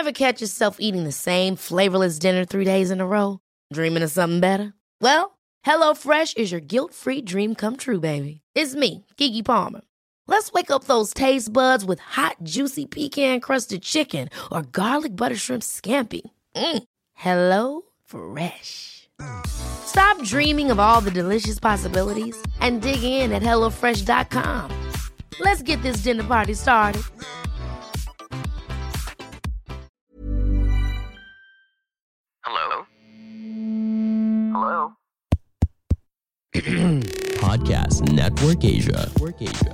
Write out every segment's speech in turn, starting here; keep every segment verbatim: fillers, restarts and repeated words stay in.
Ever catch yourself eating the same flavorless dinner three days in a row? Dreaming of something better? Well, HelloFresh is your guilt-free dream come true, baby. It's me, Keke Palmer. Let's wake up those taste buds with hot, juicy pecan-crusted chicken or garlic butter shrimp scampi. Mm. Hello Fresh. Stop dreaming of all the delicious possibilities and dig in at hello fresh dot com. Let's get this dinner party started. Hello? Hello? Podcast Network Asia. Network Asia.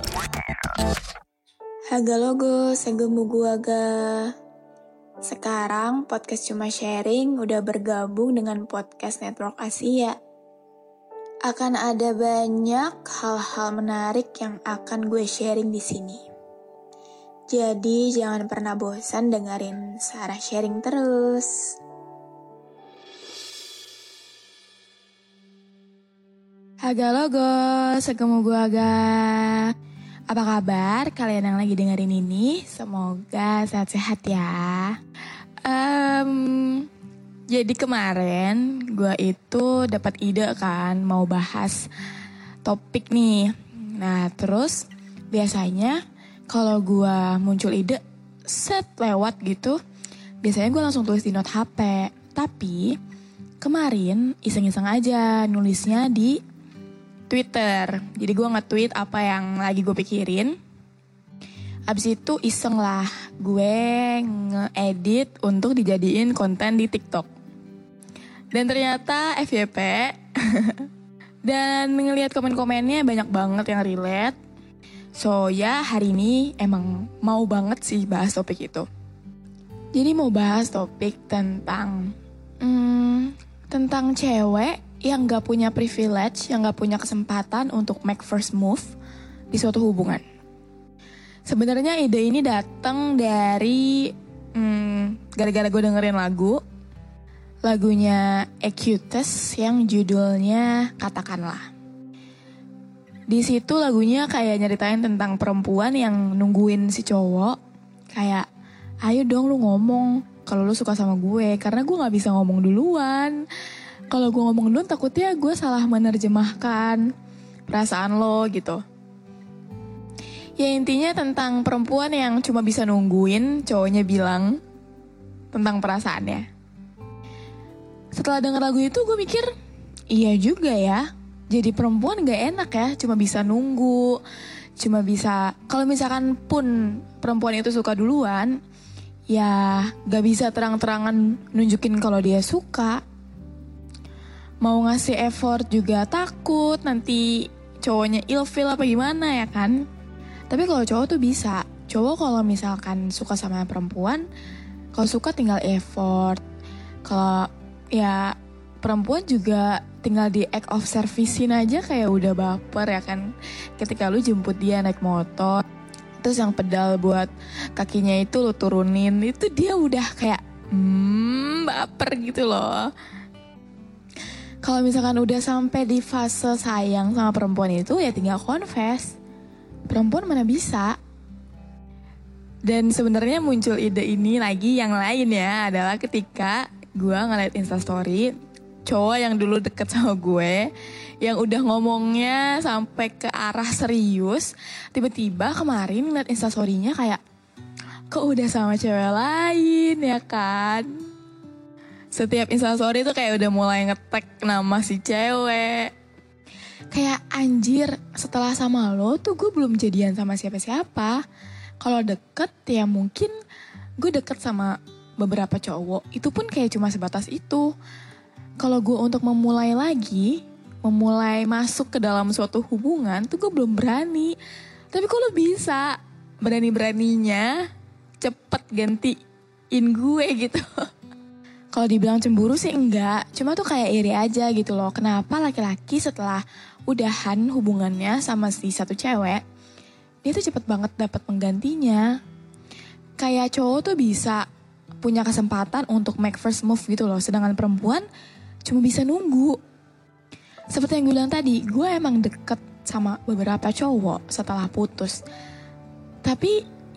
Haga logo, segemu guaga. Sekarang podcast Cuma Sharing udah bergabung dengan podcast Network Asia. Akan ada banyak hal-hal menarik yang akan gue sharing di sini. Jadi jangan pernah bosan dengerin Sarah sharing terus. Haga logo, segemu guaga. Apa kabar kalian yang lagi dengerin ini? Semoga sehat-sehat ya. Um, jadi kemarin gue itu dapat ide kan mau bahas topik nih. Nah terus biasanya kalau gue muncul ide set lewat gitu, biasanya gue langsung tulis di note H P. Tapi kemarin iseng-iseng aja nulisnya di Twitter. Jadi gue nge-tweet apa yang lagi gue pikirin. Abis itu iseng lah gue nge-edit untuk dijadiin konten di TikTok. Dan ternyata F Y P. Dan ngelihat komen-komennya banyak banget yang relate. So ya hari ini emang mau banget sih bahas topik itu. Jadi mau bahas topik tentang hmm, tentang cewek yang gak punya privilege, yang gak punya kesempatan untuk make first move di suatu hubungan. Sebenarnya ide ini datang dari hmm, gara-gara gue dengerin lagu, lagunya Ecutis yang judulnya Katakanlah. Di situ lagunya kayak nyeritain tentang perempuan yang nungguin si cowok, kayak ayo dong lu ngomong kalau lu suka sama gue, karena gue nggak bisa ngomong duluan. Kalau gue ngomong duluan takutnya gue salah menerjemahkan perasaan lo gitu. Ya intinya tentang perempuan yang cuma bisa nungguin cowoknya bilang tentang perasaannya. Setelah denger lagu itu gue mikir, iya juga ya. Jadi perempuan gak enak ya, cuma bisa nunggu. Cuma bisa, kalau misalkan pun perempuan itu suka duluan, ya gak bisa terang-terangan nunjukin kalau dia suka. Mau ngasih effort juga takut nanti cowoknya ilfeel apa gimana ya kan. Tapi kalau cowok tuh bisa. Cowok kalau misalkan suka sama perempuan, kalau suka tinggal effort. Kalau ya perempuan juga tinggal di act of service-in aja kayak udah baper ya kan. Ketika lu jemput dia naik motor, terus yang pedal buat kakinya itu lu turunin, itu dia udah kayak hmm baper gitu loh. Kalau misalkan udah sampai di fase sayang sama perempuan itu ya tinggal confess. Perempuan mana bisa. Dan sebenarnya muncul ide ini lagi yang lain ya, adalah ketika gue ngeliat instastory cowok yang dulu deket sama gue, yang udah ngomongnya sampai ke arah serius, tiba-tiba kemarin ngeliat instastorynya kayak kok udah sama cewek lain ya kan. Setiap instastory tuh kayak udah mulai nge-tag nama si cewek. Kayak anjir, setelah sama lo tuh gue belum jadian sama siapa-siapa. Kalau deket ya mungkin gue deket sama beberapa cowok. Itu pun kayak cuma sebatas itu. Kalau gue untuk memulai lagi, memulai masuk ke dalam suatu hubungan tuh gue belum berani. Tapi kok lo bisa berani-beraninya cepet gantiin gue gitu. Kalau dibilang cemburu sih enggak, cuma tuh kayak iri aja gitu loh. Kenapa laki-laki setelah udahan hubungannya sama si satu cewek, dia tuh cepet banget dapat penggantinya. Kayak cowok tuh bisa punya kesempatan untuk make first move gitu loh, sedangkan perempuan cuma bisa nunggu. Seperti yang gue bilang tadi, gue emang deket sama beberapa cowok setelah putus. Tapi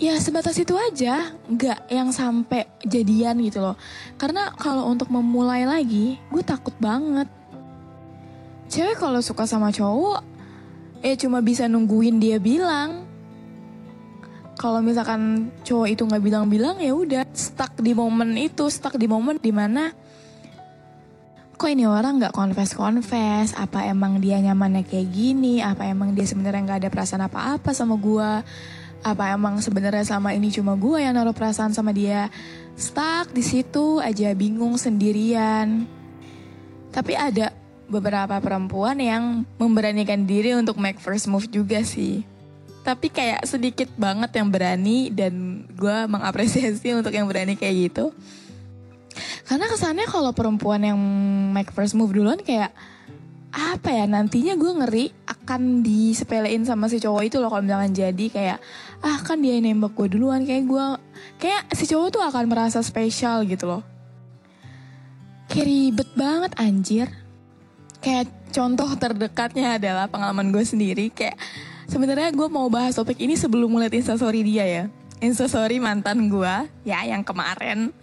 ya sebatas itu aja, nggak yang sampai jadian gitu loh. Karena kalau untuk memulai lagi, gue takut banget. Cewek kalau suka sama cowok, ya cuma bisa nungguin dia bilang. Kalau misalkan cowok itu nggak bilang-bilang, ya udah stuck di momen itu, stuck di momen dimana kok ini orang nggak confess-confess, apa emang dia nyamannya kayak gini, apa emang dia sebenarnya nggak ada perasaan apa-apa sama gue, apa emang sebenarnya selama ini cuma gue yang naruh perasaan sama dia. Stuck di situ aja, bingung sendirian. Tapi ada beberapa perempuan yang memberanikan diri untuk make first move juga sih. Tapi kayak sedikit banget yang berani, dan gue mengapresiasi untuk yang berani kayak gitu. Karena kesannya kalau perempuan yang make first move duluan kayak apa ya, nantinya gue ngeri akan disepelein sama si cowok itu loh. Kalau misalkan jadi kayak ah kan dia yang nembak gue duluan, kayak gue kayak si cowok tuh akan merasa spesial gitu loh. Kayak ribet banget anjir. Kayak contoh terdekatnya adalah pengalaman gue sendiri. Kayak sebenarnya gue mau bahas topik ini sebelum ngeliat instastory dia ya. Instastory mantan gue ya yang kemarin.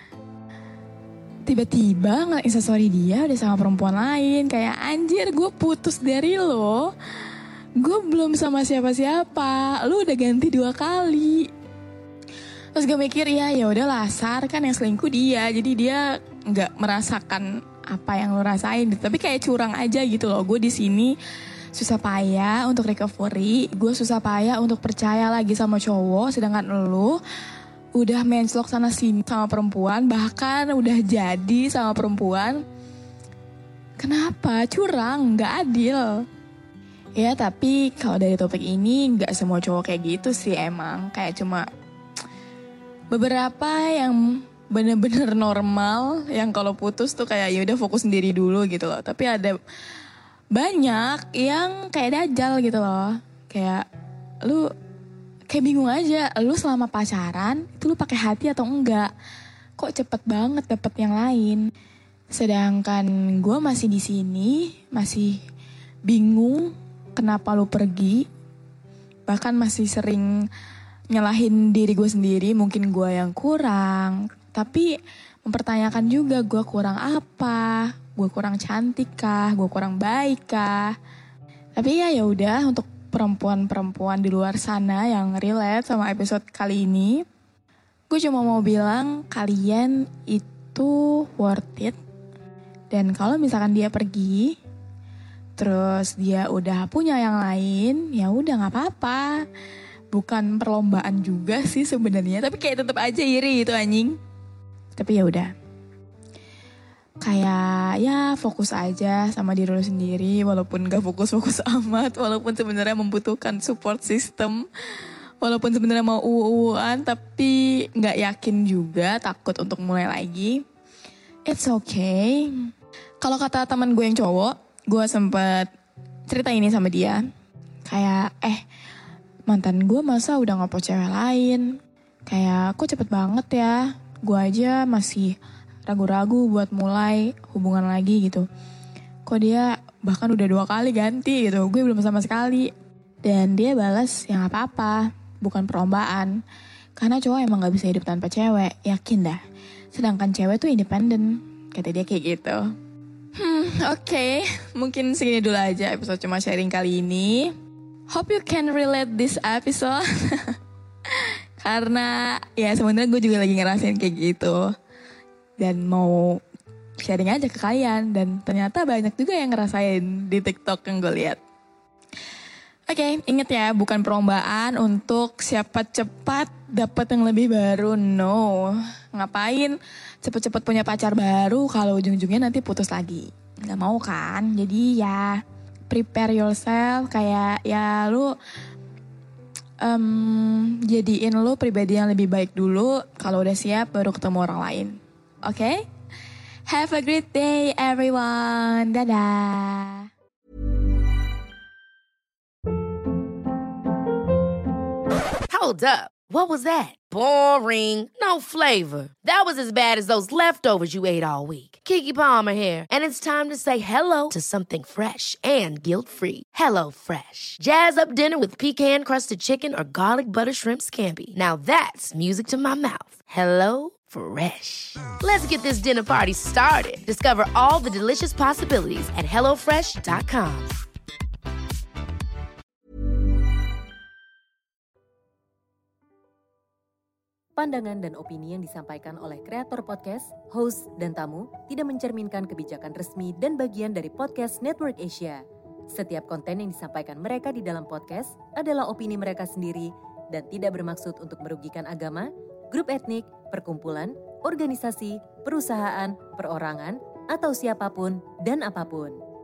Tiba-tiba ngeliat instastory dia udah sama perempuan lain. Kayak anjir, gue putus dari lo, gue belum sama siapa-siapa, lu udah ganti dua kali. Terus gue mikir ya ya udahlah, Sar kan yang selingkuh dia, jadi dia nggak merasakan apa yang lo rasain. Tapi kayak curang aja gitu loh. Gue di sini susah payah untuk recovery, gue susah payah untuk percaya lagi sama cowok, sedangkan lo udah menslok sana sini sama perempuan, bahkan udah jadi sama perempuan. Kenapa? Curang, nggak adil. Ya tapi kalau dari topik ini nggak semua cowok kayak gitu sih emang. Kayak cuma beberapa yang bener-bener normal, yang kalau putus tuh kayak ya udah fokus sendiri dulu gitu loh. Tapi ada banyak yang kayak dajal gitu loh. Kayak lu kayak bingung aja, lu selama pacaran itu lu pakai hati atau enggak? Kok cepet banget dapet yang lain? Sedangkan gue masih di sini, masih bingung kenapa lu pergi. Bahkan masih sering nyalahin diri gue sendiri, mungkin gue yang kurang. Tapi mempertanyakan juga gue kurang apa? Gue kurang cantik kah? Gue kurang baik kah? Tapi ya ya udah, untuk perempuan-perempuan di luar sana yang relate sama episode kali ini, gue cuma mau bilang kalian itu worth it. Dan kalau misalkan dia pergi, terus dia udah punya yang lain, ya udah nggak apa-apa. Bukan perlombaan juga sih sebenarnya, tapi kayak tetap aja iri itu anjing. Tapi ya udah, kayak ya fokus aja sama diri lo sendiri, walaupun gak fokus-fokus amat, walaupun sebenarnya membutuhkan support system, walaupun sebenarnya mau uwu-uwuan tapi nggak yakin juga, takut untuk mulai lagi. It's okay. Kalau kata teman gue yang cowok, gue sempet cerita ini sama dia, kayak eh mantan gue masa udah ngepo cewek lain, kayak kok cepet banget ya, gue aja masih ragu-ragu buat mulai hubungan lagi gitu. Kok dia bahkan udah dua kali ganti gitu, gue belum sama sekali. Dan dia balas, ya gak apa-apa, bukan perlombaan. Karena cowok emang gak bisa hidup tanpa cewek, yakin dah. Sedangkan cewek tuh independen, kata dia kayak gitu. Hmm, oke, okay. Mungkin segini dulu aja episode cuma sharing kali ini. Hope you can relate this episode. Karena ya sebenarnya gue juga lagi ngerasain kayak gitu. Dan mau sharing aja ke kalian. Dan ternyata banyak juga yang ngerasain di TikTok yang gue lihat. Oke, okay, inget ya, bukan perlombaan untuk siapa cepat dapat yang lebih baru. No, ngapain cepet-cepet punya pacar baru kalau ujung-ujungnya nanti putus lagi. Gak mau kan? Jadi ya prepare yourself, kayak ya lu um, jadiin lu pribadi yang lebih baik dulu. Kalau udah siap baru ketemu orang lain. Oke? Okay? Have a great day everyone. Dadah. Hold up. What was that? Boring. No flavor. That was as bad as those leftovers you ate all week. Keke Palmer here, and it's time to say hello to something fresh and guilt-free. Hello Fresh. Jazz up dinner with pecan-crusted chicken or garlic butter shrimp scampi. Now that's music to my mouth. Hello Fresh. Let's get this dinner party started. Discover all the delicious possibilities at hello fresh dot com. Pandangan dan opini yang disampaikan oleh kreator podcast, host, dan tamu tidak mencerminkan kebijakan resmi dan bagian dari podcast Network Asia. Setiap konten yang disampaikan mereka di dalam podcast adalah opini mereka sendiri dan tidak bermaksud untuk merugikan agama, grup etnik, perkumpulan, organisasi, perusahaan, perorangan, atau siapapun dan apapun.